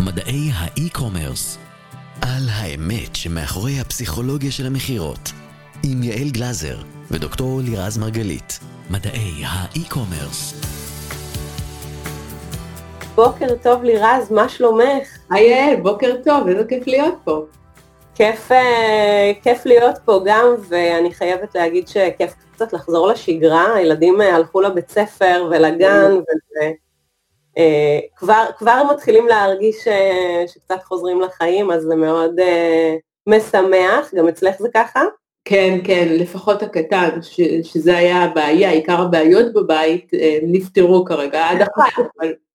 מדעי האי-קומרס. על האמת שמאחורי הפסיכולוגיה של המחירות. עם יעל גלזר ודוקטור לירז מרגלית. מדעי האי-קומרס. בוקר טוב לירז, מה שלומך? היי יעל, בוקר טוב, איזה כיף להיות פה. כיף להיות פה גם, ואני חייבת להגיד שכיף קצת לחזור לשגרה. הילדים הלכו לבית ספר ולגן, וכבר מתחילים להרגיש שקצת חוזרים לחיים, אז זה מאוד משמח. גם אצלך זה ככה? כן, לפחות הקטן, שזה היה הבעיה, עיקר הבעיות בבית נפתרו כרגע, עד עכשיו,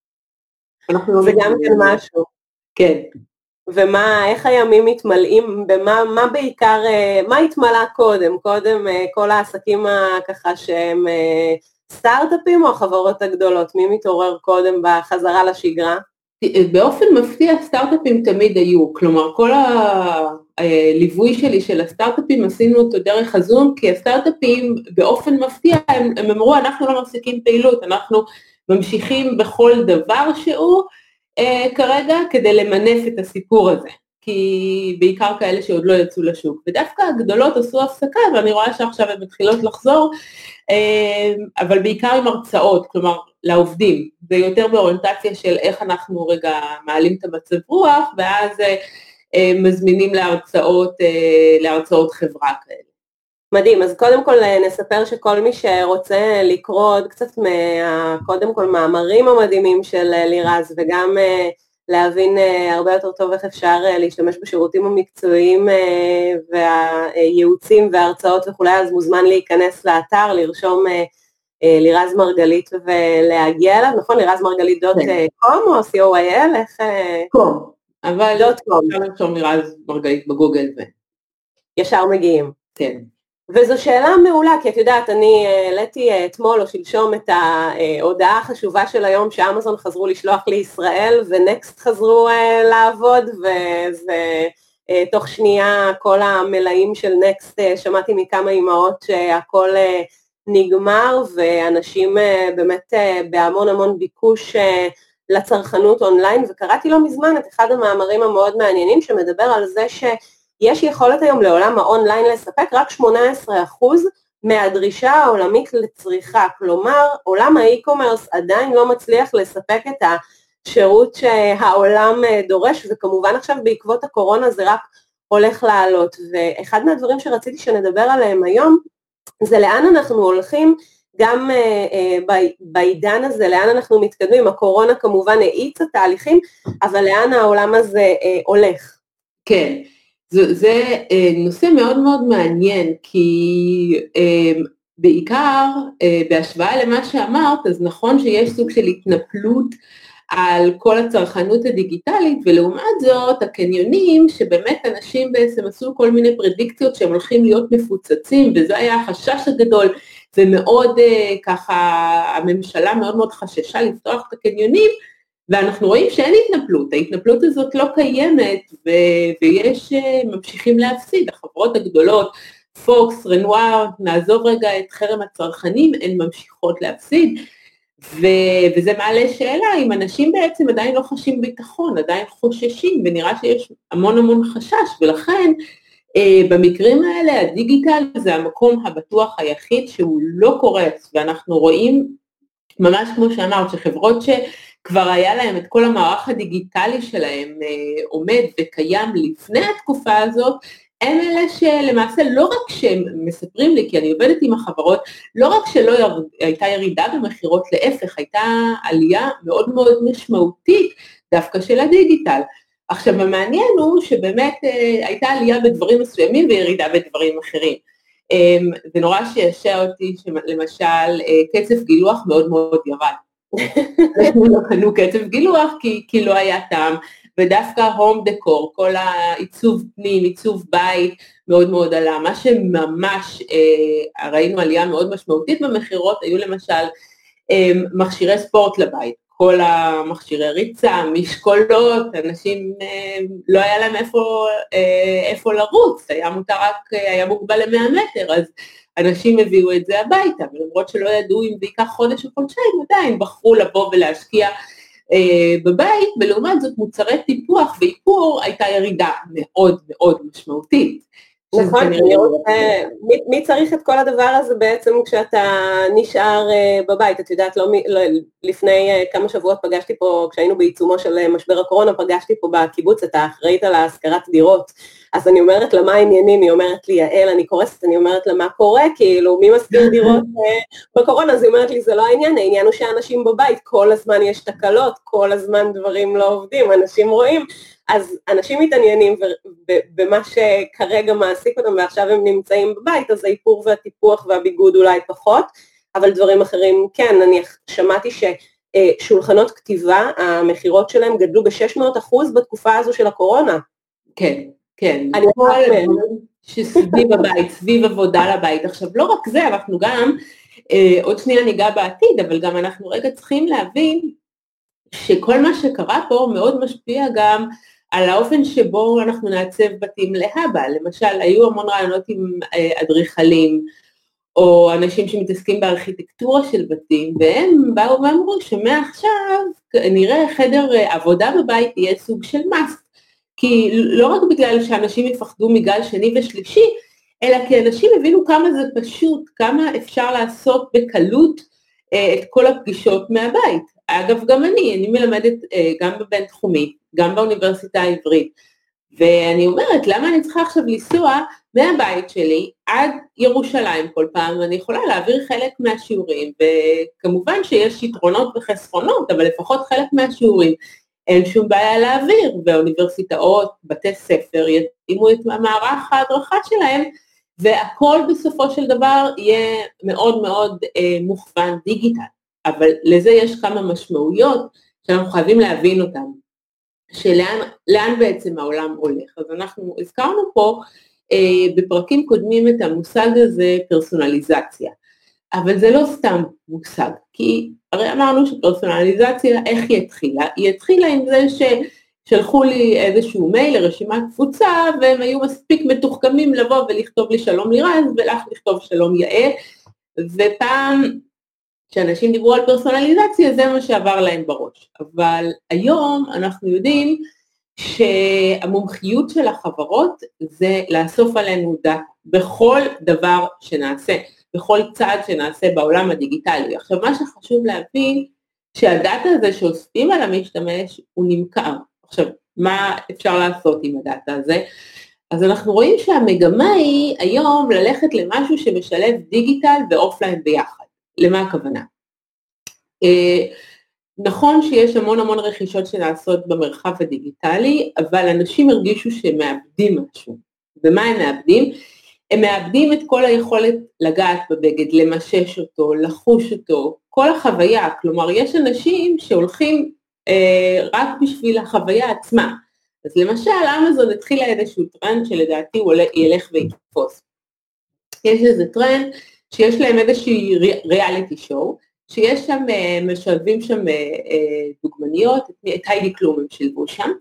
אבל זה גם כן משהו. כן. איך הימים מתמלאים, מה בעיקר, מה התמלא קודם כל העסקים ככה שהם סטארט-אפים או החברות הגדולות, מי מתעורר קודם בחזרה לשגרה? באופן מפתיע סטארט-אפים תמיד היו, כלומר כל הליווי שלי של הסטארט-אפים עשינו אותו דרך הזום, כי הסטארט-אפים באופן מפתיע הם אמרו אנחנו לא מפסיקים פעילות, אנחנו ממשיכים בכל דבר שהוא, כרגע כדי למנף את הסיפור הזה, כי בעיקר כאלה שעוד לא יצאו לשוק, ודווקא הגדולות עשו הפסקה, ואני רואה שעכשיו הן מתחילות לחזור, אבל בעיקר עם הרצאות, כלומר לעובדים, זה יותר באוריינטציה של איך אנחנו רגע מעלים את המצב רוח, ואז מזמינים להרצאות חברה כאלה. מדהים, אז קודם כל נספר שכל מי שרוצה לקרוא עוד קצת קודם כל מאמרים המדהימים של לירז, וגם להבין הרבה יותר טוב איך אפשר להשתמש בשירותים המקצועיים והייעוצים וההרצאות וכולי, אז מוזמן להיכנס לאתר, לרשום לירז מרגלית ולהגיע אליו, נכון? lirazmargalit.com או co.il? קום, אבל אפשר לרשום לירז מרגלית בגוגל ישר מגיעים. כן. וזו שאלה מעולה, כי את יודעת, אני העליתי אתמול או שלשום את ההודעה החשובה של היום, שאמזון חזרו לשלוח לישראל, ונקסט חזרו לעבוד, ותוך שנייה כל המלאים של נקסט, שמעתי מכמה אימהות שהכל נגמר, ואנשים באמת בהמון המון ביקוש לצרכנות אונליין, וקראתי לא מזמן את אחד המאמרים המאוד מעניינים, שמדבר על זה יש יכולת היום לעולם האונליין לספק רק 18% מהדרישה העולמית לצריכה, כלומר עולם האי-קומרס עדיין לא מצליח לספק את השירות שהעולם דורש, וכמובן עכשיו בעקבות הקורונה זה רק הולך לעלות, ואחד מהדברים שרציתי שנדבר עליהם היום, זה לאן אנחנו הולכים, גם בעידן הזה, לאן אנחנו מתקדמים, הקורונה כמובן האיצה תהליכים, אבל לאן העולם הזה הולך. כן. זה נושא מאוד מאוד מעניין, כי בעיקר בהשוואה למה שאמרת, אז נכון שיש סוג של התנפלות על כל הצרכנות הדיגיטלית, ולעומת זאת הקניונים, שבאמת אנשים בעצם עשו כל מיני פרדיקציות שהם הולכים להיות מפוצצים, וזה היה החשש הגדול, ומאוד ככה הממשלה מאוד מאוד חששה לפתוח את הקניונים, ואנחנו רואים שאין התנפלות, ההתנפלות הזאת לא קיימת, ויש ממשיכים להפסיד, החברות הגדולות, פוקס, רנואר, נעזוב רגע את חרם הצרכנים, הן ממשיכות להפסיד, וזה מעלה שאלה, אם אנשים בעצם עדיין לא חשים ביטחון, עדיין חוששים, ונראה שיש המון המון חשש, ולכן במקרים האלה הדיגיטל זה המקום הבטוח היחיד שהוא לא קורס, ואנחנו רואים ממש כמו שאמרת, שחברות שכבר היה להם את כל המערך הדיגיטלי שלהם עומד וקיים לפני התקופה הזאת, הם אלה שלמעשה לא רק שהם מספרים לי, כי אני עובדת עם החברות, לא רק שלא הייתה ירידה במחירות, להפך, הייתה עלייה מאוד מאוד משמעותית דווקא של הדיגיטל. עכשיו המעניין הוא שבאמת הייתה עלייה בדברים מסוימים וירידה בדברים אחרים. זה נורא שישע אותי שלמשל קצב גילוח מאוד מאוד ירד. לא קנו קצב גילוח כי לא היה טעם, ודווקא הום דקור, כל העיצוב פנים, עיצוב בית מאוד מאוד עלה. מה שממש ראינו עלייה מאוד משמעותית במחירות, היו למשל מכשירי ספורט לבית, כל המכשירי ריצה, משקולות, אנשים לא היה להם איפה לרוץ, היה מוגבל ל100 מטר, אז אנשים הביאו את זה הביתה, ולמרות שלא ידעו אם זה ייקח חודש או חודשיים, עדיין בחרו לבוא ולהשקיע בבית, ולעומת זאת מוצרי טיפוח ואיפור הייתה ירידה מאוד מאוד משמעותית. נכון, מי צריך את כל הדבר הזה בעצם כשאתה נשאר בבית? את יודעת, לפני כמה שבועות פגשתי פה, כשהיינו בעיצומו של משבר הקורונה, פגשתי פה בקיבוץ את האחראית על ההשכרת דירות, אז אני אומרת לה מה העניינים, היא אומרת לי, יעל, אני קורסת, אני אומרת לה מה קורה, כאילו, מי משכיר דירות בקורונה? אז היא אומרת לי, זה לא העניין, העניין הוא שאנשים בבית, כל הזמן יש תקלות, כל הזמן דברים לא עובדים, אנשים רואים, אז אנשים מתעניינים במה שכרגע מעסיק אותם, ועכשיו הם נמצאים בבית, אז האיפור והטיפוח והביגוד אולי פחות, אבל דברים אחרים כן, אני שמעתי ששולחנות כתיבה, המחירות שלהם גדלו ב-600% בתקופה הזו של הקורונה. כן, כן. אני יכולה שסביב הבית, סביב עבודה לבית. עכשיו, לא רק זה, אנחנו גם, עוד שנייה ניגע בעתיד, אבל גם אנחנו רגע צריכים להבין שכל מה שקרה פה מאוד משפיע גם על האופן שבו אנחנו נעצב בתים להבא. למשל, היו המון רעיונות עם אדריכלים, או אנשים שמתעסקים בארכיטקטורה של בתים, והם באו ואמרו שמעכשיו נראה חדר עבודה בבית יהיה סוג של מס, כי לא רק בגלל שאנשים יפחדו מגל שני ושלישי, אלא כי אנשים הבינו כמה זה פשוט, כמה אפשר לעשות בקלות את כל הפגישות מהבית. אגב, גם אני מלמדת גם בבין תחומי, גם באוניברסיטה העברית, ואני אומרת, למה אני צריכה עכשיו לנסוע מהבית שלי עד ירושלים כל פעם, ואני יכולה להעביר חלק מהשיעורים, וכמובן שיש יתרונות וחסרונות, אבל לפחות חלק מהשיעורים אין שום בעיה להעביר, והאוניברסיטאות, בתי ספר, יתאימו את מערך ההדרכה שלהם, והכל בסופו של דבר יהיה מאוד מאוד מוכוון דיגיטל, אבל לזה יש כמה משמעויות שאנחנו חייבים להבין אותן, שלאן בעצם העולם הולך. אז אנחנו הזכרנו פה בפרקים קודמים את המושג הזה פרסונליזציה, אבל זה לא סתם מושג, כי הרי אמרנו שפרסונליזציה, איך היא התחילה? היא התחילה עם זה ששלחו לי איזשהו מייל לרשימת קבוצה, והם היו מספיק מתוחכמים לבוא ולכתוב לי שלום לירז, ולך לכתוב שלום יעל, ופעם כשאנשים דיברו על פרסונליזציה, זה מה שעבר להם בראש. אבל היום אנחנו יודעים שהמומחיות של החברות זה לאסוף עלינו דאטה, בכל דבר שנעשה, בכל צעד שנעשה בעולם הדיגיטלי. עכשיו, מה שחשוב להבין, שהדאטה הזה שאוספים על המשתמש הוא נמכר. עכשיו, מה אפשר לעשות עם הדאטה הזה? אז אנחנו רואים שהמגמה היא היום ללכת למשהו שמשלב דיגיטל ואופליין ביחד. למה הכוונה? נכון שיש המון רכישות שנעשות במרחב הדיגיטלי, אבל אנשים הרגישו שהם מאבדים משהו. ומה הם מאבדים? הם מאבדים את כל היכולת לגעת בבגד, למשש אותו, לחוש אותו, כל החוויה. כלומר, יש אנשים שהולכים רק בשביל החוויה עצמה. אז למשל, אמזון התחילה איזשהו טרנד שלדעתי הוא ילך ויתפוס. יש איזה טרנד שיש להם איזושהי ריאליטי שואו, שיש שם, משלבים שם דוגמניות, את היידי קלום הם שילבו שם,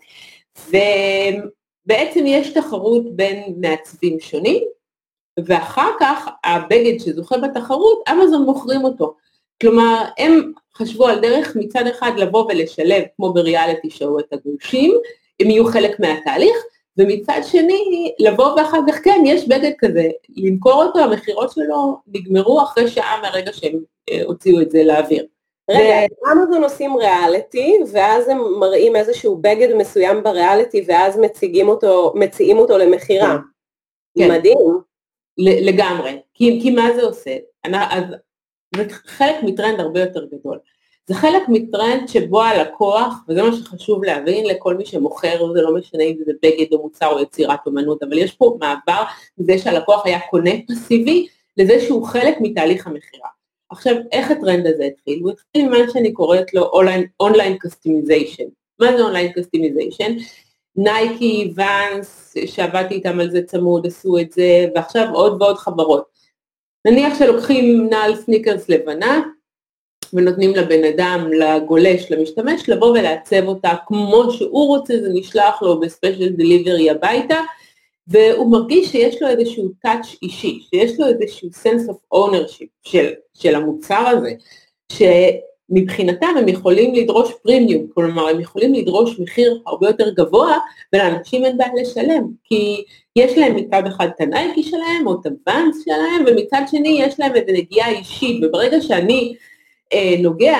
ובעצם יש תחרות בין מעצבים שונים, ואחר כך הבגד שזוכה בתחרות, אמזון מוכרים אותו. כלומר, הם חשבו על דרך מצד אחד לבוא ולשלב, כמו בריאליטי שואו, את הגולשים, הם יהיו חלק מהתהליך, ומצד שני, לבוא ואחר כך, כן, יש בגד כזה, למכור אותו, המחירות שלו נגמרו אחרי שעה מהרגע שהם הוציאו את זה לאוויר. רגע, אמזון עושים ריאליטי, ואז הם מראים איזשהו בגד מסוים בריאליטי, ואז מציעים אותו למחירה. כן. מדהים. לגמרי. כי מה זה עושה? אז זה חלק מטרנד הרבה יותר גדול. זה חלק מטרנד שבו הלקוח, וזה מה שחשוב להבין לכל מי שמוכר, זה לא משנה אם זה בגד או מוצר או יצירת אומנות, אבל יש פה מעבר מזה שהלקוח היה קונה פסיבי, לזה שהוא חלק מתהליך המחירה. עכשיו, איך הטרנד הזה התחיל? הוא התחיל ממה שאני קוראת לו אונליין קסטומיזיישן. מה זה אונליין קסטומיזיישן? נייקי, ואנס, שעבדתי איתם על זה צמוד, עשו את זה, ועכשיו עוד ועוד חברות. נניח שלוקחים נעל סניקרס לבנה, ונותנים לבן אדם, לגולש, למשתמש, לבוא ולעצב אותה כמו שהוא רוצה, זה נשלח לו בספיישל דליברי הביתה, והוא מרגיש שיש לו איזשהו טאץ' אישי, שיש לו איזשהו sense of ownership של המוצר הזה, מבחינתם הם יכולים לדרוש פרימיום, כלומר הם יכולים לדרוש מחיר הרבה יותר גבוה, ולאנשים אין בעיה לשלם, כי יש להם מצד אחד את הנייקי שלהם, או את הוואנס שלהם, ומצד שני יש להם איזו נגיעה אישית, וברגע שאני נוגע,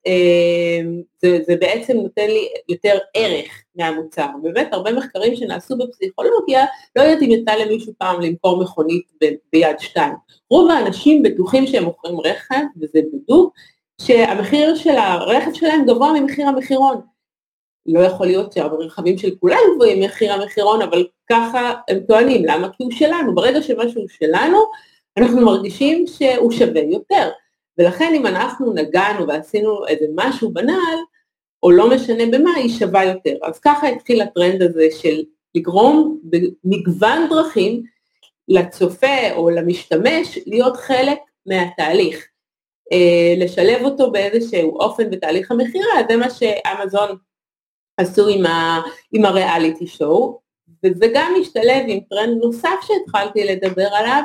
זה בעצם נותן לי יותר ערך מהמוצר. באמת הרבה מחקרים שנעשו בפסיכולוגיה, לא יודעת אם יצא למישהו פעם למכור מכונית ביד שתיים. רוב האנשים בטוחים שהם מוכרים רכב, וזה בדיוק, שהמחיר של הרכב שלהם גבוה ממחיר המחירון. לא יכול להיות שהרכבים של כולם גבוהים ממחיר המחירון, אבל ככה הם טוענים. למה? כי הוא שלנו. ברגע שמשהו שלנו, אנחנו מרגישים שהוא שווה יותר. ולכן אם אנחנו נגענו ועשינו איזה משהו בנעל, או לא משנה במה, היא שווה יותר. אז ככה התחיל הטרנד הזה של לגרום במגוון דרכים לצופה או למשתמש להיות חלק מהתהליך. לשלב אותו באיזשהו אופן בתהליך המחירה, זה מה שאמזון עשו עם הריאליטי שואו, וזה גם משתלב עם טרנד נוסף שהתחלתי לדבר עליו,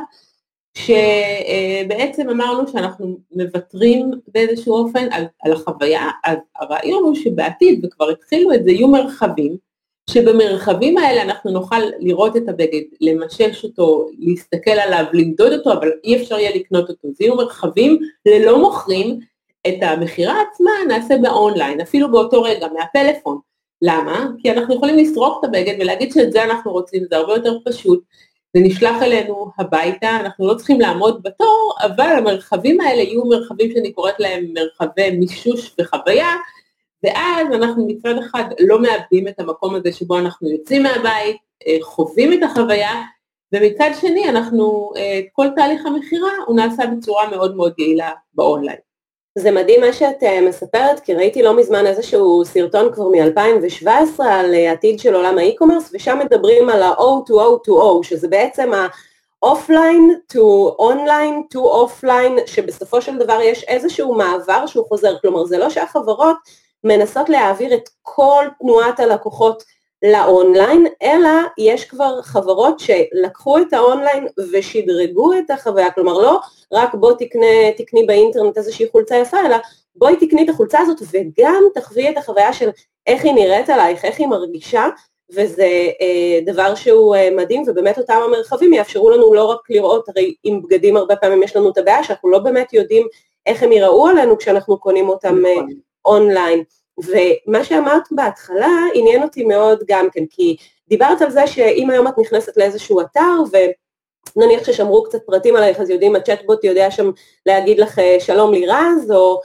שבעצם אמרנו שאנחנו מבטרים באיזשהו אופן על החוויה. אז הרעיון הוא שבעתיד, וכבר התחילו את זה, יהיו מרחבים, שבמרחבים האלה אנחנו נוכל לראות את הבגד, למשש אותו, להסתכל עליו, למדוד אותו, אבל אי אפשר יהיה לקנות אותו. זה יהיו מרחבים ללא מוכרים, את המחירה עצמה נעשה באונליין, אפילו באותו רגע, מהפלאפון. למה? כי אנחנו יכולים לסרוק את הבגד ולהגיד שאת זה אנחנו רוצים, זה הרבה יותר פשוט, זה נשלח אלינו הביתה, אנחנו לא צריכים לעמוד בתור, אבל המרחבים האלה יהיו מרחבים שאני קוראת להם מרחבי מישוש וחוויה, ואז אנחנו מצד אחד לא מאבדים את המקום הזה שבו אנחנו יוצאים מהבית, חווים את החוויה, ומצד שני אנחנו, כל תהליך המחירה הוא נעשה בצורה מאוד מאוד יעילה באונליין. זה מדהים מה שאת מספרת, כי ראיתי לא מזמן איזשהו סרטון כבר מ-2017 על עתיד של עולם האי-קומרס, ושם מדברים על ה-O2O2O, שזה בעצם ה-offline to online to offline, שבסופו של דבר יש איזשהו מעבר שהוא חוזר, כלומר זה לא שהחברות מנסות להעביר את כל תנועת הלקוחות לאונליין, אלא יש כבר חברות שלקחו את האונליין ושדרגו את החוויה, כלומר לא רק בוא תקני באינטרנט איזושהי חולצה יפה, אלא בואי תקני את החולצה הזאת וגם תחווי את החוויה של איך היא נראית עלייך, איך היא מרגישה, וזה דבר שהוא מדהים, ובאמת אותם המרחבים יאפשרו לנו לא רק לראות, הרי עם בגדים הרבה פעמים יש לנו את הבעיה, שאנחנו לא באמת יודעים איך הם יראו עלינו כשאנחנו קונים אותם אונליין. ומה שאמרת בהתחלה עניין אותי מאוד גם כן, כי דיברת על זה שאם היום את נכנסת לאיזשהו אתר, ונניח ששמרו קצת פרטים עלייך, אז יודעים, הצ'טבוט יודע שם להגיד לך שלום לירז, או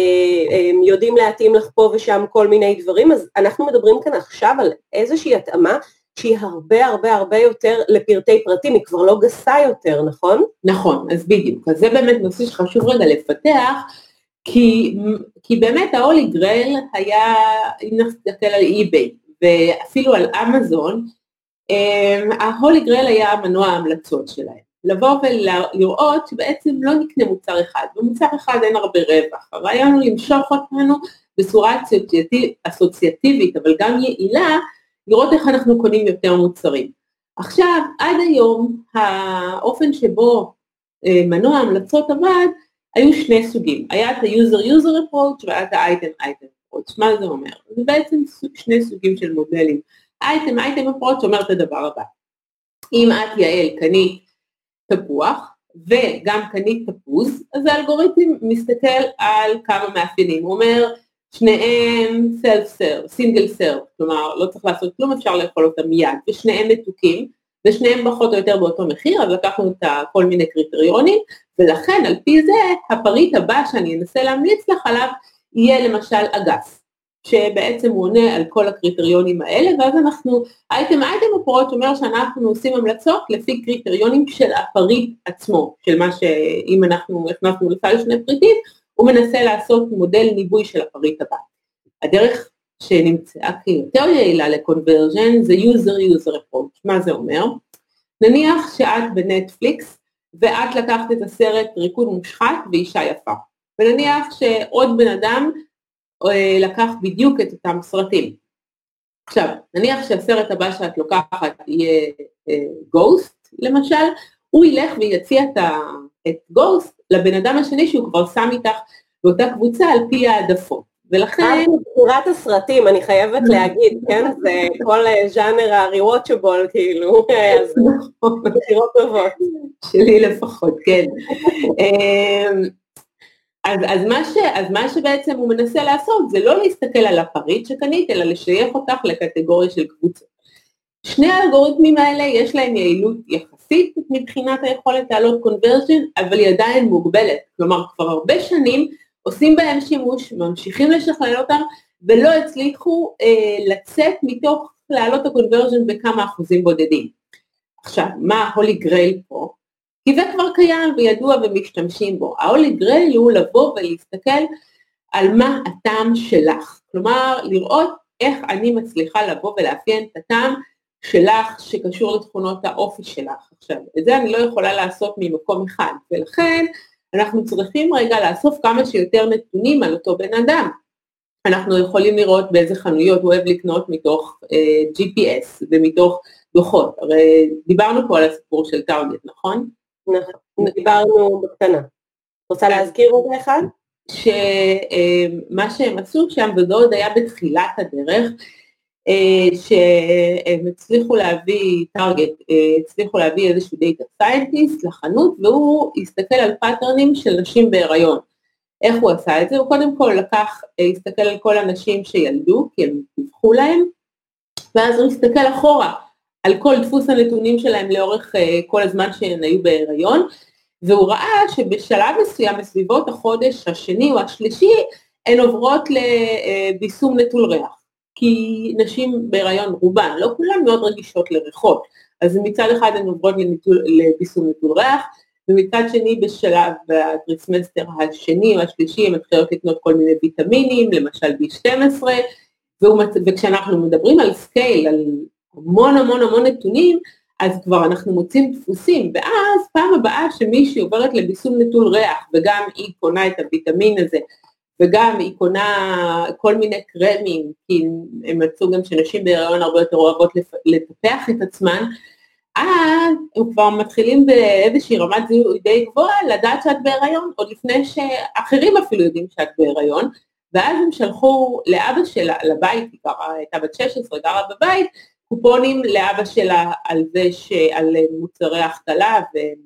יודעים להתאים לך פה ושם כל מיני דברים, אז אנחנו מדברים כאן עכשיו על איזושהי התאמה, שהיא הרבה הרבה הרבה יותר לפרטי פרטים, היא כבר לא גסה יותר, נכון? נכון, אז בדיוק, אז זה באמת נושא שחשוב רגע לפתח, כי באמת ההולי גרייל היה, אם נסתכל על eBay, ואפילו על אמזון, ההולי גרייל היה מנוע ההמלצות שלהם. לבוא ולראות שבעצם לא נקנה מוצר אחד, במוצר אחד אין הרבה רווח, הרעיון הוא למשוך אותנו בצורה אסוציאטיבית, אבל גם יעילה, לראות איך אנחנו קונים יותר מוצרים. עכשיו, עד היום, האופן שבו מנוע ההמלצות עבד, היו שני סוגים, היה את ה-user approach והיה את ה-item approach. מה זה אומר? זה בעצם שני סוגים של מודלים. item approach אומר את הדבר הבא, אם את יעל קנית תפוח וגם קנית תפוז, אז האלגוריתם מסתכל על כמה מאפיינים, הוא אומר שניהם self-serve, single serve, כלומר לא צריך לעשות כלום, אפשר לאכול אותם מיד, ושניהם מתוקים, ושניהם פחות או יותר באותו מחיר, אז לקחנו את כל מיני קריטריונים, ולכן על פי זה הפריט הבא שאני אנסה להמליץ לך עליו, יהיה למשל אגס, שבעצם הוא עונה על כל הקריטריונים האלה, ואז אנחנו, אייטם אפרוץ' אומר שאנחנו עושים המלצות לפי קריטריונים של הפריט עצמו, של מה שאם אנחנו הכנסנו לסל שני פריטים, הוא מנסה לעשות מודל ניבוי של הפריט הבא. הדרך שנמצאה כיותר יעילה לקונברז'ן זה user approach. מה זה אומר? נניח שאת בנטפליקס ואת לקחת את הסרט ריקוד מושחת ואישה יפה, ונניח שעוד בן אדם לקח בדיוק את אותם סרטים. עכשיו, נניח שהסרט הבא שאת לוקחת יהיה גוסט למשל, הוא ילך ויציע את גוסט לבן אדם השני שהוא כבר שם איתך באותה קבוצה על פי העדפות. ולכן... בחירת הסרטים, אני חייבת להגיד, כן? זה כל ז'אנר ה-rewatchable, כאילו, אז בחירות טובות. שלי לפחות, כן. אז מה שבעצם הוא מנסה לעשות, זה לא להסתכל על הפריט שקנית, אלא לשייך אותך לקטגוריה של קבוצות. שני האלגוריתמים האלה יש להם יעילות יחסית מבחינת היכולת לעלות קונברז'ן, אבל היא עדיין מוגבלת. כלומר, כבר הרבה שנים עושים בהם שימוש, ממשיכים לשכלל אותם, ולא הצליחו לצאת מתוך לעלות הקונברז'ן בכמה אחוזים בודדים. עכשיו, מה ההולי גרייל פה? כי זה כבר קיים וידוע ומשתמשים בו. ההולי גרייל הוא לבוא ולהסתכל על מה הטעם שלך. כלומר, לראות איך אני מצליחה לבוא ולאפיין את הטעם שלך שקשור לתכונות האופי שלך. עכשיו, את זה אני לא יכולה לעשות ממקום אחד, ולכן אנחנו צריכים רגע לאסוף כמה שיותר נתונים על אותו בן אדם. אנחנו יכולים לראות באיזה חנויות הוא אוהב לקנות מתוך GPS ומתוך דוחות. הרי דיברנו פה על הסיפור של טארגט, נכון? נכון, דיברנו בקטנה. רוצה להזכיר עוד אחד? שמה שהם עשו שם, וזה עוד היה בתחילת הדרך, שהם הצליחו להביא, טארגט, הצליחו להביא איזשהו דאטה סיינטיסט לחנות, והוא הסתכל על פאטרנים של נשים בהיריון. איך הוא עשה את זה? הוא קודם כל הסתכל על כל הנשים שילדו, כי הם דיווחו להם, ואז הוא הסתכל אחורה, על כל דפוס הנתונים שלהם לאורך כל הזמן שהן היו בהיריון, והוא ראה שבשלב מסוים, בסביבות החודש השני או השלישי, הן עוברות לביסום נטול ריח. כי נשים בהיריון רובן, לא כולן מאוד רגישות לריחות, אז מצד אחד הן עוברות לביסום נטול ריח, ומצד שני בשלב הטרימסטר השני או השלישי, הן מתחילות לקנות כל מיני ויטמינים, למשל B12, וכשאנחנו מדברים על סקייל, על המון המון המון נתונים, אז כבר אנחנו מוצאים דפוסים, ואז פעם הבאה שמישהי עוברת לביסום נטול ריח, וגם היא קונה את הוויטמין הזה, וגם היא קונה כל מיני קרמים, כי הם מצאו גם שנשים בהיריון הרבה יותר אוהבות לטפח את עצמן, אז הם כבר מתחילים באיזושהי רמת זיהוי די גבוהה, לדעת שאת בהיריון, עוד לפני שאחרים אפילו יודעים שאת בהיריון, ואז הם שלחו לאבא שלה, לבית, היא הייתה בת 16, גרה בבית, קופונים לאבא שלה על זה שעל מוצרי החתלה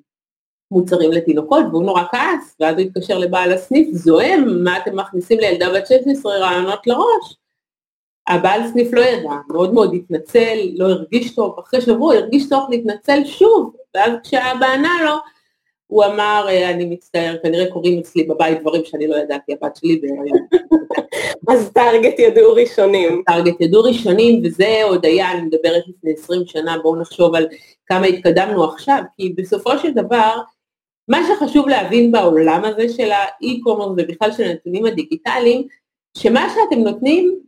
ומוצרים לתינוקות, והוא נורא כעס, ואז הוא התקשר לבעל הסניף, זוהם, מה אתם מכניסים לילדה בת 16 רעיונות לראש? הבעל סניף לא ידע, מאוד מאוד התנצל, לא הרגיש טוב, אחרי שבוע הרגיש טוב להתנצל שוב, ואז כשהאבא ענה לו, הוא אמר, אני מצטער, כנראה קוראים אצלי בבית דברים שאני לא ידעתי, הבת שלי בהיריון. אז טארגט ידעו ראשונים. טארגט ידעו ראשונים, וזה עוד היה, אני מדברת לפני 20 שנה, בואו נחשוב על כמה התקדמנו עכשיו, כי בסופו של דבר, מה שחשוב להבין בעולם הזה של האי-קומרס, ובכלל של הנתונים הדיגיטליים, שמה שאתם נותנים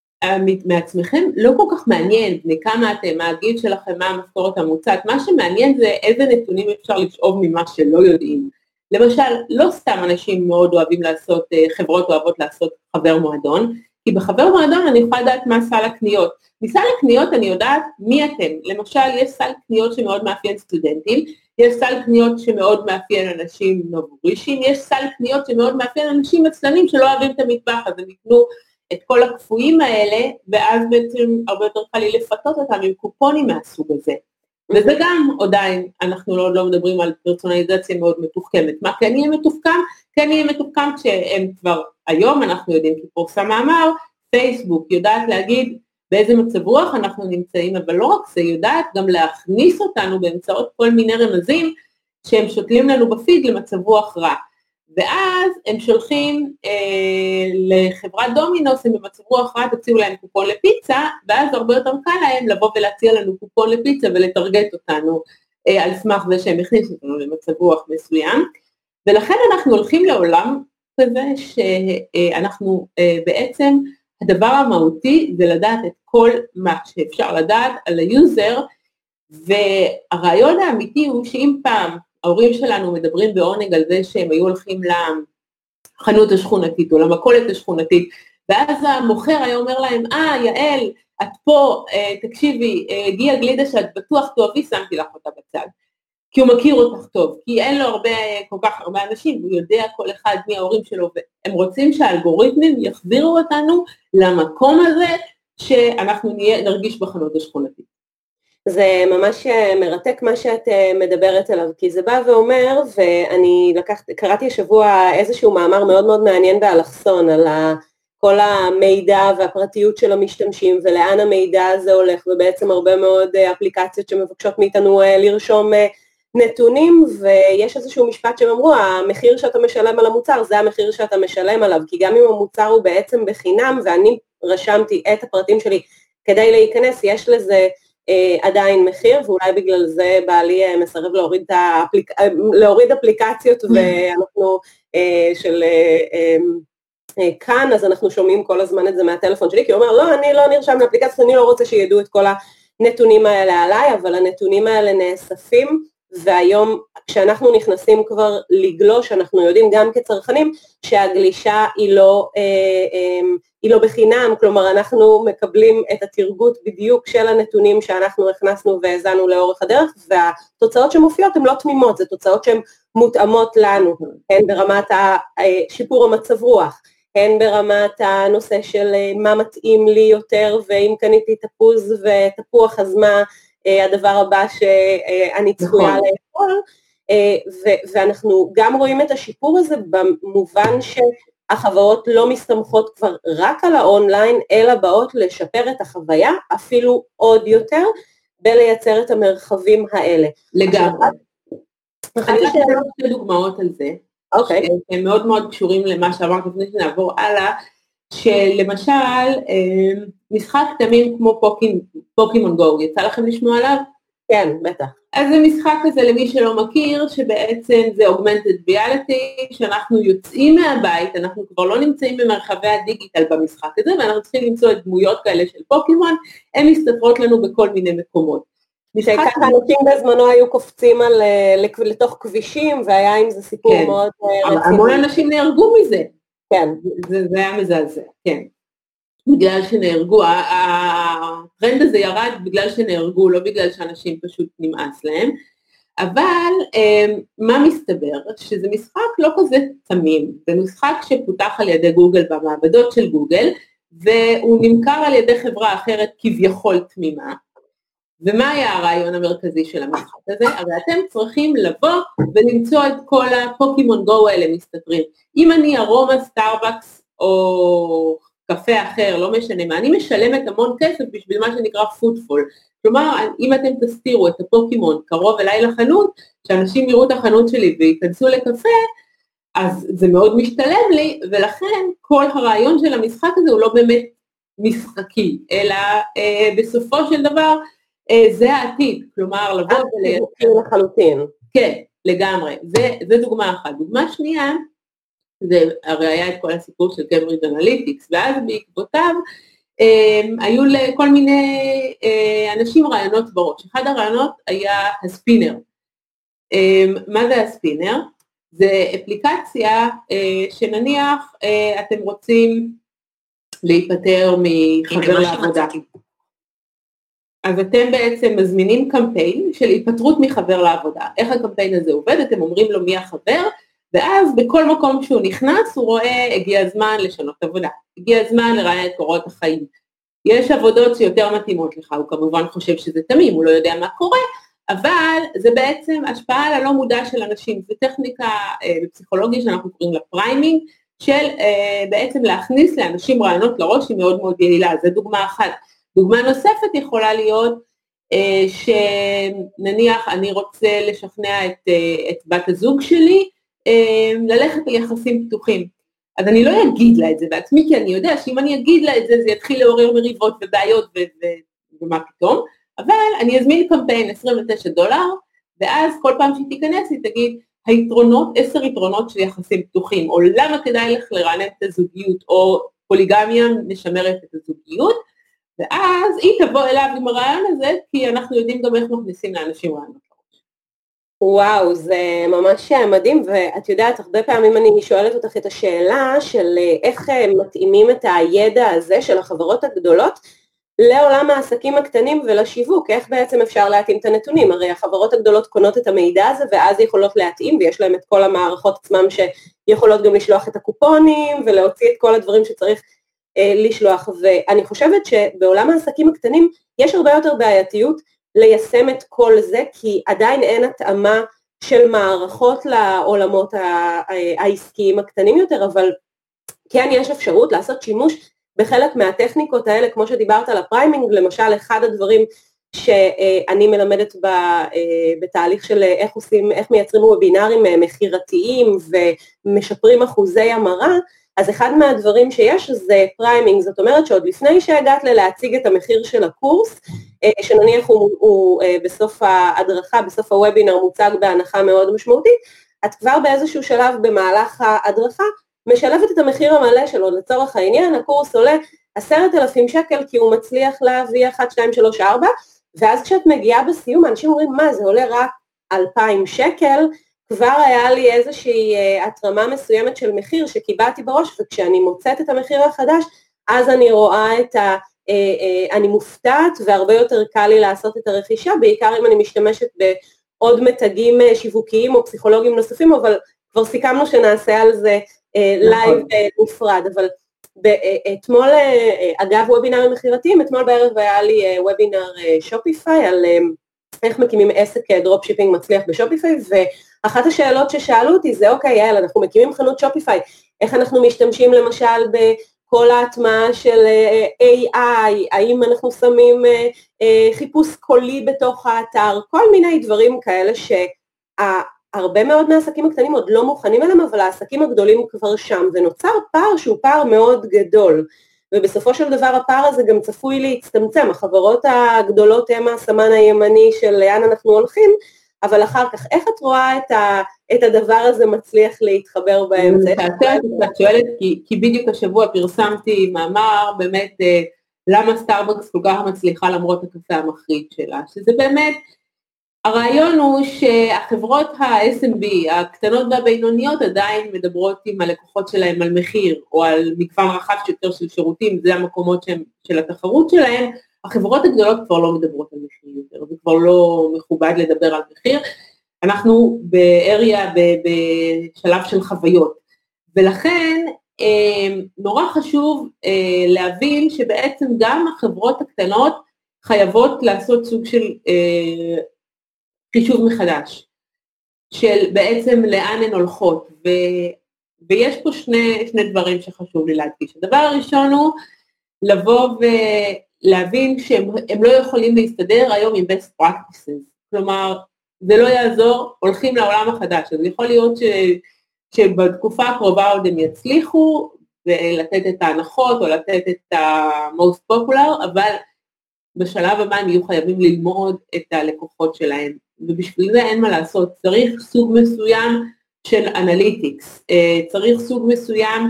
מעצמכם לא כל כך מעניין, בני כמה אתם, מה הגיל שלכם, מה המשכורת המוצעת, מה שמעניין זה איזה נתונים אפשר לשאוב ממה שלא יודעים. למשל, לא סתם אנשים מאוד אוהבים לעשות, חברות אוהבות לעשות חבר מועדון, כי בחבר מועדון אני יכולה לדעת מה סל הקניות. מסל הקניות אני יודעת מי אתם. למשל, יש סל קניות שמאוד מאפיין סטודנטים, יש סל קניות שמאוד מאפיין אנשים נובורישים, יש סל קניות שמאוד מאפיין אנשים עצלנים שלא אוהבים את המטבח, אז הם יקנו את כל הקפואים האלה, ואז בעצם הרבה יותר קל לי לפתות אותם עם קופונים מהסוג הזה. וזה גם עדיין, אנחנו לא מדברים על פרסונליזציה מאוד מתוחכמת. מה כן יהיה מתוחכם? כן יהיה מתוחכם כשהם כבר היום, אנחנו יודעים, כי פורסם מאמר, פייסבוק יודעת להגיד באיזה מצב רוח אנחנו נמצאים, אבל לא רק זה, יודעת גם להכניס אותנו באמצעות כל מיני רמזים, שהם שותלים לנו בפיד למצב רוח רע. ואז הם שולחים לחברת דומינוס, הם במצב רוח רע, תציעו להם קופון לפיצה, ואז הרבה יותר קל להם לבוא ולהציע לנו קופון לפיצה ולטרגט אותנו על סמך זה שהם הכניסו אותנו למצב רוח מסוים, ולכן אנחנו הולכים לעולם כזה שאנחנו בעצם, הדבר המהותי זה לדעת את כל מה שאפשר לדעת על היוזר, והרעיון האמיתי הוא שאם פעם ההורים שלנו מדברים בעונג על זה שהם היו הולכים לחנות השכונתית או למכולת השכונתית, ואז המוכר היה אומר להם, יעל, את פה, תקשיבי, הגיעה גלידה שאת בטוח תאהבי, שמתי לך אותה בצד. כי הוא מכיר אותך טוב, כי אין לו כל כך הרבה אנשים, הוא יודע כל אחד מי ההורים שלו, והם רוצים שהאלגוריתמים יחזירו אותנו למקום הזה, שאנחנו נרגיש בחנות השכונתית. זה ממש מרתק מה שאת מדברת עליו, כי זה בא ואומר, ואני קראתי השבוע איזשהו מאמר מאוד מאוד מעניין באלכסון, על כל המידע והפרטיות של המשתמשים, ולאן המידע הזה הולך, ובעצם הרבה מאוד אפליקציות שמבקשות מאיתנו לרשום נתונים, ויש איזשהו משפט שהם אמרו, המחיר שאתה משלם על המוצר, זה המחיר שאתה משלם עליו, כי גם אם המוצר הוא בעצם בחינם, ואני רשמתי את הפרטים שלי כדי להיכנס, יש לזה עדיין מחיר, ואולי בגלל זה בעלי מסרב להוריד אפליקציות, ואנחנו של כאן, אז אנחנו שומעים כל הזמן את זה מהטלפון שלי, כי הוא אומר, לא, אני לא נרשם לאפליקציות, אני לא רוצה שידעו את כל הנתונים האלה עליי, אבל הנתונים האלה נאספים, והיום כשאנחנו נכנסים כבר לגלוש, אנחנו יודעים גם כצרכנים שהגלישה היא לא בחינם, כלומר אנחנו מקבלים את התרגות בדיוק של הנתונים שאנחנו הכנסנו והזנו לאורך הדרך, והתוצאות שמופיעות הן לא תמימות, זה תוצאות שהן מותאמות לנו, הן ברמת שיפור המצב רוח, הן ברמת הנושא של מה מתאים לי יותר, ואם קניתי תפוז ותפוח אז מה הדבר הבא שאני צפויה לאכול, ואנחנו גם רואים את השיפור הזה במובן שהחברות לא מסתמכות כבר רק על האונליין, אלא באות לשפר את החוויה אפילו עוד יותר, בלייצר את המרחבים האלה. לגמרי. אני רוצה לראות שתי דוגמאות על זה, הם מאוד מאוד קשורים למה שאמרת לפני שנעבור הלאה, שלמשל משחק תמים כמו פוקימון גו, יצא לכם לשמוע עליו? כן, בטח. אז זה משחק כזה למי שלא מכיר, שבעצם זה augmented reality, שאנחנו יוצאים מהבית, אנחנו כבר לא נמצאים במרחבי הדיגיטל במשחק הזה, ואנחנו צריכים למצוא את דמויות כאלה של פוקימון, הן מסתתרות לנו בכל מיני מקומות. שככה אנשים בזמנו היו קופצים לתוך כבישים, והיה עם זה סיפור מאוד רציני. המון אנשים נהרגו מזה. כן. זה היה מזעזע, כן. בגלל שנהרגו, הטרנד הזה ירד בגלל שנהרגו, לא בגלל שאנשים פשוט נמאס להם, אבל מה מסתבר? שזה משחק לא כזה תמים, זה משחק שפותח על ידי גוגל במעבדות של גוגל, והוא נמכר על ידי חברה אחרת כביכול תמימה, ומה היה הרעיון המרכזי של המשחק הזה? הרי אתם צריכים לבוא ולמצוא את כל הפוקימון גו האלה מסתתרים. אם אני ארומה סטארבקס או קפה אחר, לא משנה מה, אני משלמת המון כסף בשביל מה שנקרא פודפול. כלומר, אם אתם תסתירו את הפוקימון קרוב אליי לחנות, שאנשים יראו את החנות שלי וייכנסו לקפה, אז זה מאוד משתלם לי, ולכן כל הרעיון של המשחק הזה הוא לא באמת משחקי, אלא בסופו של דבר, זה העתיד, כלומר לבוא ולייצר לחלוטין. כן, לגמרי, זה דוגמה אחת. דוגמה שנייה, זה הרי היה את כל הסיפור של קיימברידג' אנליטיקס, ואז בעקבותיו היו לכל מיני אנשים רעיונות בראש. אחד הרעיונות היה הספינר. מה זה הספינר? זה אפליקציה שנניח אתם רוצים להיפטר מחבר לעבודה. אז אתם בעצם מזמינים קמפיין של היפטרות מחבר לעבודה. איך הקמפיין הזה עובד? אתם אומרים לו מי החבר, ואז בכל מקום שהוא נכנס הוא רואה הגיע הזמן לשנות עבודה, הגיע הזמן לראיין את קורות החיים. יש עבודות שיותר מתאימות לך, הוא כמובן חושב שזה תמים, הוא לא יודע מה קורה, אבל זה בעצם השפעה על הלא מודע של אנשים, זו טכניקה בפסיכולוגיה שאנחנו קוראים לה פריימינג, של בעצם להכניס לאנשים רעיונות לראש היא מאוד מאוד יעילה, זו דוגמה אחת. דוגמה נוספת יכולה להיות שנניח אני רוצה לשכנע את בת הזוג שלי ללכת על יחסים פתוחים. אז אני לא אגיד לה את זה בעצמי, כי אני יודע שאם אני אגיד לה את זה, זה יתחיל לעורר מריבות ובעיות ומה פתאום, אבל אני אזמין קמפיין $29, ואז כל פעם שהיא תיכנס היא תגיד, 10 יתרונות של יחסים פתוחים, או למה כדאי לך לרענן את הזוגיות, או פוליגמיה משמרת את הזוגיות, ואז היא תבוא אליו עם הרעיון הזה, כי אנחנו יודעים גם איך מכניסים לאנשים רעיונות. וואו, זה ממש מדהים, ואת יודעת, הרבה פעמים אני שואלת אותך את השאלה של איך מתאימים את הידע הזה של החברות הגדולות, לעולם העסקים הקטנים ולשיווק, איך בעצם אפשר להתאים את הנתונים, הרי החברות הגדולות קונות את המידע הזה ואז יכולות להתאים, ויש להם את כל המערכות עצמם שיכולות גם לשלוח את הקופונים ולהוציא את כל הדברים שצריך לשלוח, ואני חושבת שבעולם העסקים הקטנים יש הרבה יותר בעייתיות ליישם את כל זה, כי עדיין אין התאמה של מערכות לעולמות העסקיים הקטנים יותר, אבל כן יש אפשרות לעשות שימוש בחלק מהטכניקות האלה, כמו שדיברת על הפריימינג, למשל אחד הדברים שאני מלמדת בתהליך של איך מייצרים וובינרים מחירתיים ומשפרים אחוזי המרה, אז אחד מהדברים שיש זה פריימינג, זאת אומרת שעוד לפני שהגעת להציג את המחיר של הקורס, שנניח הוא בסוף ההדרכה, בסוף הוובינר מוצג בהנחה מאוד משמעותית, את כבר באיזשהו שלב במהלך ההדרכה, משלבת את המחיר המלא שלו, לצורך העניין, הקורס עולה 10,000 שקל, כי הוא מצליח להביא 1, 2, 3, 4, ואז כשאת מגיעה בסיום, אנשים אומרים, מה, זה עולה רק 2,000 שקל, כבר היה לי איזושהי התרמה מסוימת של מחיר שקיבלתי בראש, וכשאני מוצאת את המחיר החדש, אז אני רואה אני מופתעת, והרבה יותר קל לי לעשות את הרכישה, בעיקר אם אני משתמשת בעוד מתגים שיווקיים או פסיכולוגיים נוספים, אבל כבר סיכמנו שנעשה על זה לייב נפרד, אבל אתמול, אגב וובינרים מחירתיים, אתמול בערב היה לי וובינר שופיפיי, על איך מקימים עסק דרופשיפינג מצליח בשופיפיי, ואחת השאלות ששאלו אותי זה, אוקיי, יאללה, אנחנו מקימים חנות שופיפיי, איך אנחנו משתמשים למשל בכל ההטמעה של AI, האם אנחנו שמים חיפוש קולי בתוך האתר, כל מיני דברים כאלה הרבה מאוד מהעסקים הקטנים עוד לא מוכנים אליהם, אבל העסקים הגדולים כבר שם, ונוצר פער שהוא פער מאוד גדול, ובסופו של דבר הפער הזה גם צפוי להצטמצם, החברות הגדולות הם הסמן הימני של לאן אנחנו הולכים, אבל אחר כך איך את רואה את הדבר הזה מצליח להתחבר באמצע? את שואלת, כי בדיוק השבוע פרסמתי מאמר, באמת למה סטארבקס כל כך מצליחה למרות הקפה המחריד שלה, שזה באמת, הרעיון הוא שהחברות ה-SMB, הקטנות והבינוניות, עדיין מדברות עם הלקוחות שלהם על מחיר, או על מגוון רחב יותר של שירותים, זה המקומות של התחרות שלהם, החברות הגדולות כבר לא מדברות על מחיר יותר, זה כבר לא מכובד לדבר על מחיר, אנחנו באריה, בשלב של חוויות, ולכן נורא חשוב להבין שבעצם גם החברות הקטנות חייבות לעשות סוג של חישוב מחדש, של בעצם לאן הן הולכות, ויש פה שני דברים שחשוב לי להדגיש. הדבר הראשון הוא לבוא ולהבין שהם לא יכולים להסתדר היום עם best practices, כלומר, זה לא יעזור, הולכים לעולם החדש, אז יכול להיות שבתקופה הקרובה עוד הם יצליחו, ולתת את ההנחות, או לתת את ה-most popular, אבל בשלב הבא הם יהיו חייבים ללמוד את הלקוחות שלהם, ובשביל זה אין מה לעשות, צריך סוג מסוים של אנליטיקס, צריך סוג מסוים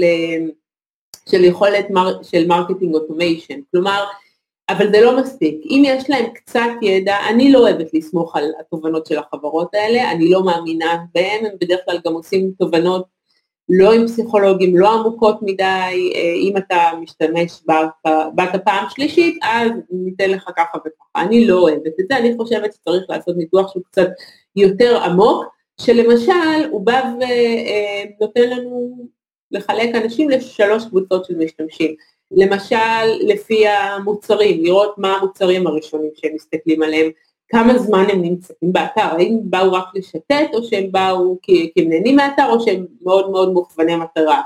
של יכולת של מרקטינג אוטומיישן, כלומר, אבל זה לא מספיק, אם יש להם קצת ידע, אני לא אוהבת לסמוך על התובנות של החברות האלה, אני לא מאמינה בהם, הם בדרך כלל גם עושים תובנות לא עם פסיכולוגים, לא עמוקות מדי, אם אתה משתמש בת הפעם שלישית, אז ניתן לך ככה וככה, אני לא אוהבת את זה, אני חושבת שצריך לעשות ניתוח שהוא קצת יותר עמוק, שלמשל הוא בא ונותן לנו לחלק אנשים לשלוש קבוצות של משתמשים, למשל לפי המוצרים, לראות מה המוצרים הראשונים שהם מסתכלים עליהם, כמה זמן הם נמצאים באתר, האם באו רק לשתת, או שהם באו כי הם נהנים מהאתר, או שהם מאוד מאוד מוכווני מטרה.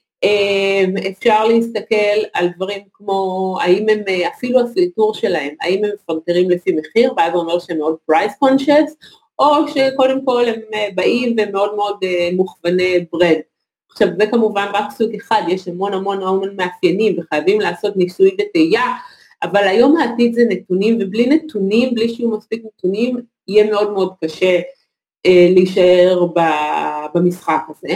אפשר להסתכל על דברים כמו, האם הם, אפילו הפילטור שלהם, האם הם מפלטרים לפי מחיר, ואז הוא אומר שהם מאוד price conscious, או שקודם כל הם באים ומאוד מאוד מוכווני ברד. עכשיו זה כמובן רק סוג אחד, יש המון מאפיינים, וחייבים לעשות ניסוי וטעייה, אבל היום העתיד זה נתונים, ובלי נתונים, בלי שיהיו מספיק נתונים, יהיה מאוד מאוד קשה להישאר במשחק הזה.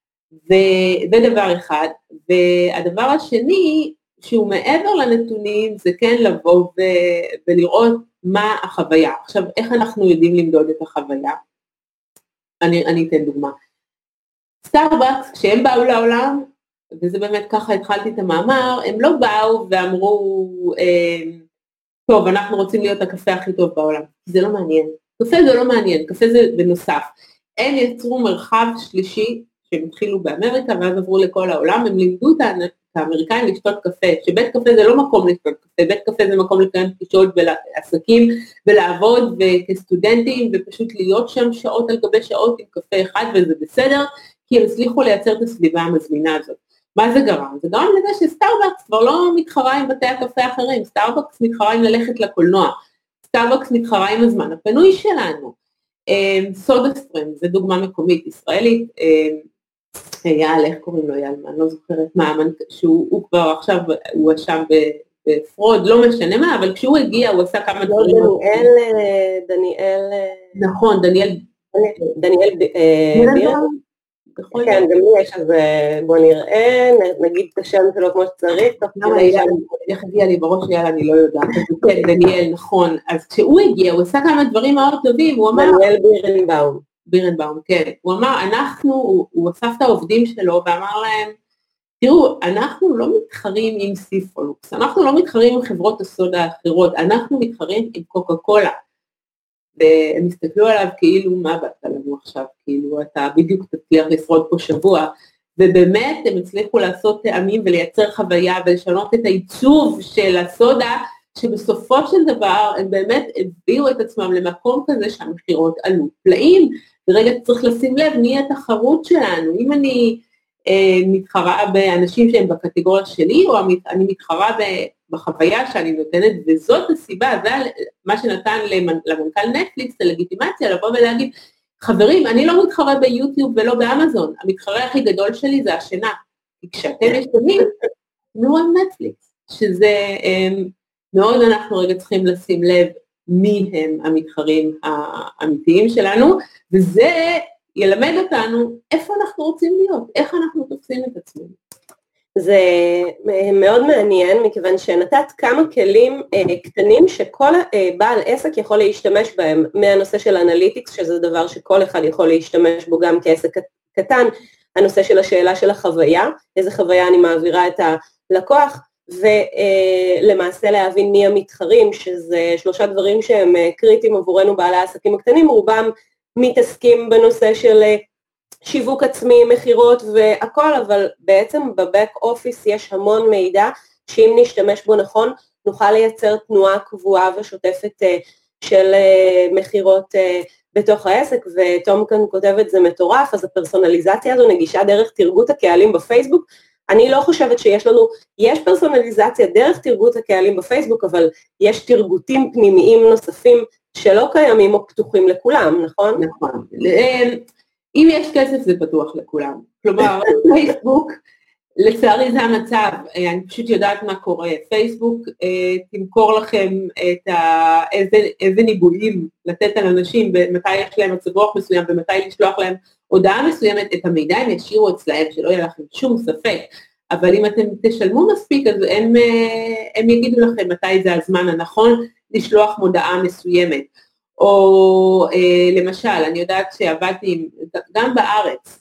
וזה דבר אחד. והדבר השני, שהוא מעבר לנתונים, זה כן לבוא ולראות מה החוויה. עכשיו, איך אנחנו יודעים למדוד את החוויה? אני אתן דוגמה. סטארבקס, כשהם באו לעולם, וזה באמת ככה התחלתי את המאמר, הם לא באו ואמרו, טוב, אנחנו רוצים להיות הקפה הכי טוב בעולם. זה לא מעניין. קפה זה לא מעניין, קפה זה בנוסף. הם יצרו מרחב שלישי, שהם התחילו באמריקה, ואז עברו לכל העולם, הם לימדו את האמריקאים לשתות קפה, שבית קפה זה לא מקום לשתות קפה, בית קפה זה מקום לקיים פגישות ולעסקים, ולעבוד כסטודנטים, ופשוט להיות שם שעות על גבי שעות עם קפה אחד, וזה בסדר, כי הם הצליחו לייצר את הסביבה המזמינה הזאת. מה זה גרם? זה גרם לזה שסטארבקס כבר לא מתחרה עם בתי הקפה האחרים, סטארבקס מתחרה עם ללכת לקולנוע, סטארבקס מתחרה עם הזמן הפנוי שלנו, סודה סטרים, זה דוגמה מקומית ישראלית, יעל, איך קוראים לו יעל, אני לא זוכרת מה, שהוא כבר עכשיו, הוא שם בפרוד, לא משנה מה, אבל כשהוא הגיע הוא עשה כמה דברים. דניאל, נכון, דניאל בירן, כן, גם יש, אז בוא נראה, נגיד את השם שלו כמו שצריך. איך הגיע לי בראש, יאללה, אני לא יודעת, כן, דניאל, נכון, אז כשהוא הגיע, הוא עשה כמה דברים מאוד טובים, הוא אמר, דניאל בירנבאום, כן, הוא אמר, הוא אסף את העובדים שלו ואמר להם, תראו, אנחנו לא מתחרים עם סיפולוקס, אנחנו לא מתחרים עם חברות הסודה האחרות, אנחנו מתחרים עם קוקה קולה, והם הסתכלו עליו כאילו, מה באת לנו עכשיו, כאילו אתה בדיוק תצליח לשרוד פה שבוע, ובאמת הם הצליחו לעשות טעמים ולייצר חוויה ולשנות את העיצוב של הסודה, שבסופו של דבר הם באמת הביאו את עצמם למקום כזה שהמחירות עלו פלאים, ורגע צריך לשים לב מי התחרות שלנו, אם אני מתחרה באנשים שהם בקטגוריה שלי, או אני מתחרה בחוויה שאני נותנת, וזאת הסיבה, זה מה שנתן למנכ"ל נטפליקס, הלגיטימציה, לבוא ולהגיד, חברים, אני לא מתחרה ביוטיוב ולא באמזון, המתחרה הכי גדול שלי זה השינה, כי כשאתם ישנים, תנו על נטפליקס, שזה מאוד אנחנו רגע צריכים לשים לב מי הם המתחרים האמיתיים שלנו, וזה ילמד אותנו איפה אנחנו רוצים להיות, איך אנחנו תופסים את עצמנו. זה מאוד מעניין, מכיוון שנתת כמה כלים קטנים שכל בעל עסק יכול להשתמש בהם, מהנושא של אנליטיקס, שזה דבר שכל אחד יכול להשתמש בו גם כעסק קטן, הנושא של השאלה של החוויה, איזה חוויה אני מעבירה את הלקוח, ולמעשה להבין מי המתחרים, שזה 3 דברים שהם קריטיים עבורנו בעלי העסקים הקטנים, רובם מתעסקים בנושא של שיווק עצמי, מחירות והכל, אבל בעצם בבק אופיס יש המון מידע, שאם נשתמש בו נכון, נוכל לייצר תנועה קבועה ושוטפת של מחירות בתוך העסק, ותום כאן כותבת זה מטורף, אז הפרסונליזציה הזו נגישה דרך תרגות הקהלים בפייסבוק, אני לא חושבת שיש לנו, יש פרסונליזציה דרך תרגות הקהלים בפייסבוק, אבל יש תרגותים פנימיים נוספים שלא קיימים או פתוחים לכולם, נכון? נכון. אם יש כסף זה פתוח לכולם. כלומר, פייסבוק, לצערי זה המצב, אני פשוט יודעת מה קורה. פייסבוק תמכור לכם איזה ניבויים לתת על אנשים, ומתי יש להם מצב רוח מסוים, ומתי לשלוח להם הודעה מסוימת, את המידע הם ישאירו אצלהם, שלא יהיה לכם שום ספק. אבל אם אתם תשלמו מספיק, אז הם יגידו לכם מתי זה הזמן הנכון לשלוח מודעה מסוימת. או למשל, אני יודעת שעבדתי גם בארץ,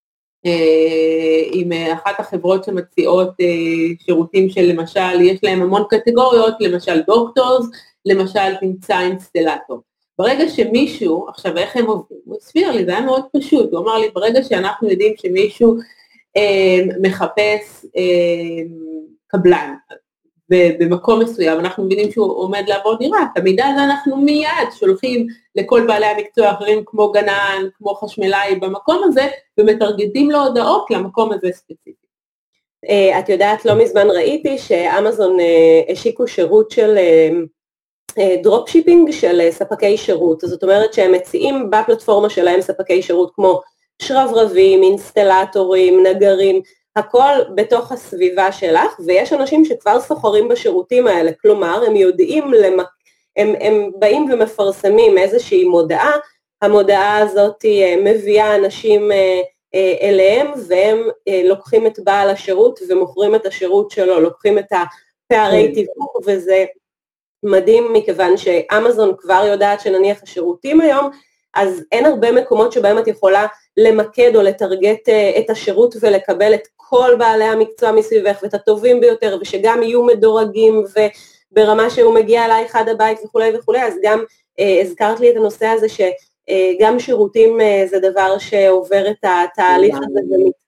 עם אחת החברות שמציעות שירותים של למשל, יש להם המון קטגוריות, למשל דוקטורס, למשל תמצא אינסטלטור. ברגע שמישהו, עכשיו איך הם עובדים, הוא הסביר לי, זה היה מאוד פשוט, הוא אמר לי, ברגע שאנחנו יודעים שמישהו מחפש קבלן, ובמקום מסוים אנחנו מבינים שהוא עומד לעבור דירה, את המידע הזה אנחנו מיד שולחים לכל בעלי המקצוע האחרים כמו גנן, כמו חשמלאי במקום הזה, ומתרגדים לו הודעות למקום הזה ספציפי. את יודעת, לא מזמן ראיתי שאמזון השיקו שירות של דרופשיפינג של ספקי שירות, זאת אומרת שהם מציעים בפלטפורמה שלהם ספקי שירות כמו שרברבים, אינסטלטורים, נגרים, הכל בתוך הסביבה שלך, ויש אנשים שכבר סוחרים בשירותים האלה, כלומר הם יודעים, הם באים ומפרסמים איזושהי מודעה, המודעה הזאת מביאה אנשים אליהם, והם לוקחים את בעל השירות ומוכרים את השירות שלו, לוקחים את הפערי תיווך, וזה מדהים מכיוון שאמזון כבר יודעת שנניח השירותים היום, אז אין הרבה מקומות שבהם את יכולה למקד או לטרגט את השירות ולקבל את כל בעלי המקצוע מסביבך ואת הטובים ביותר, ושגם יהיו מדורגים וברמה שהוא מגיע אלייך עד הבית וכולי וכולי, אז גם הזכרת לי את הנושא הזה שגם שירותים זה דבר שעובר את התהליך הזה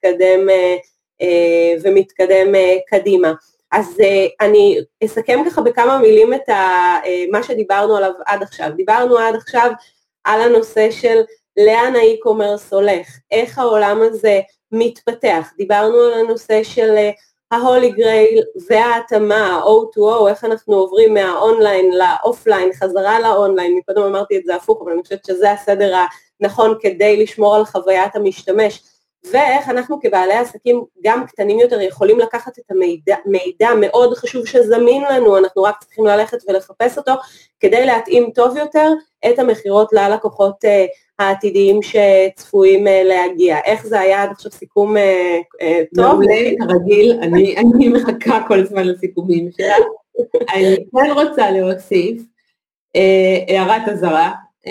ומתקדם קדימה. אז אני אסכם ככה בכמה מילים את מה שדיברנו עליו עד עכשיו. דיברנו עד עכשיו על הנושא של לאן האי-קומרס הולך, איך העולם הזה מתפתח. דיברנו על הנושא של ההולי גרייל וההתאמה, O2O, איך אנחנו עוברים מהאונליין לאופליין, חזרה לאונליין. מקודם אמרתי את זה הפוך, אבל אני חושבת שזה הסדר הנכון כדי לשמור על חוויית המשתמש. ואיך אנחנו כבעלי עסקים גם קטנים יותר יכולים לקחת את המידע מאוד חשוב שזמין לנו, אנחנו רק צריכים ללכת ולחפש אותו, כדי להתאים טוב יותר את המחירות ללקוחות העתידיים שצפויים להגיע. איך זה היה עד עכשיו סיכום טוב? מעולה, כרגיל, אני מחכה כל הזמן לסיכומים שלה. אני כן רוצה להוסיף הערת אזהרה,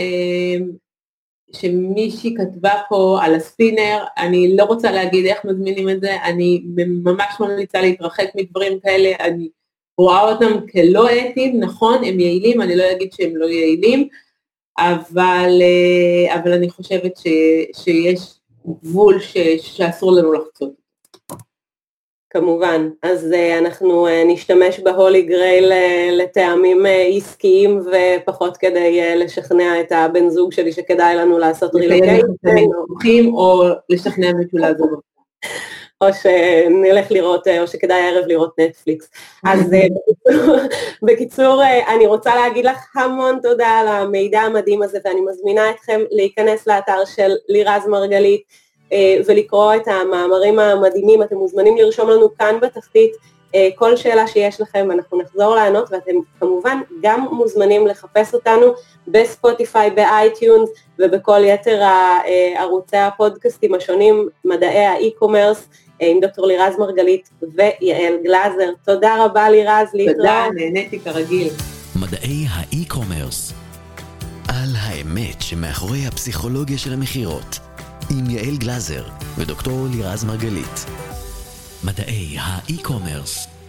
שמישהי כתבה פה על הספינר, אני לא רוצה להגיד איך מזמינים את זה, אני ממש ממליצה להתרחק מדברים כאלה, אני רואה אותם כלא אתיים, נכון, הם יעילים, אני לא אגיד שהם לא יעילים, אבל אני חושבת שיש גבול שאסור לנו לחצות. כמובן, אז אנחנו נשתמש בהולי גרייל לטעמים עסקיים ופחות כדי לשכנע את הבן זוג שלי שכדאי לנו לעשות רילוקיישן, או לשכנע מישהו לעזוב. או שנלך לראות, או שכדאי הערב לראות נטפליקס. אז בקיצור, אני רוצה להגיד לך המון תודה על המידע המדהים הזה, ואני מזמינה אתכם להיכנס לאתר של לירז מרגלית, ולקרוא את המאמרים המדהימים. אתם מוזמנים לרשום לנו כאן בתחתית כל שאלה שיש לכם, ואנחנו נחזור לענות, ואתם כמובן גם מוזמנים לחפש אותנו בספוטיפיי, באייטיונס, ובכל יתר ערוצי הפודקאסטים השונים, מדעי האי-קומרס, עם דוקטור לירז מרגלית ויעל גלזר. תודה רבה לירז, להתראות. תודה, נהניתי כרגיל. מדעי האי-קומרס, על האמת שמאחורי הפסיכולוגיה של המחירות, עם יעל גלזר ודוקטור לירז מרגלית. מדעי האי-קומרס.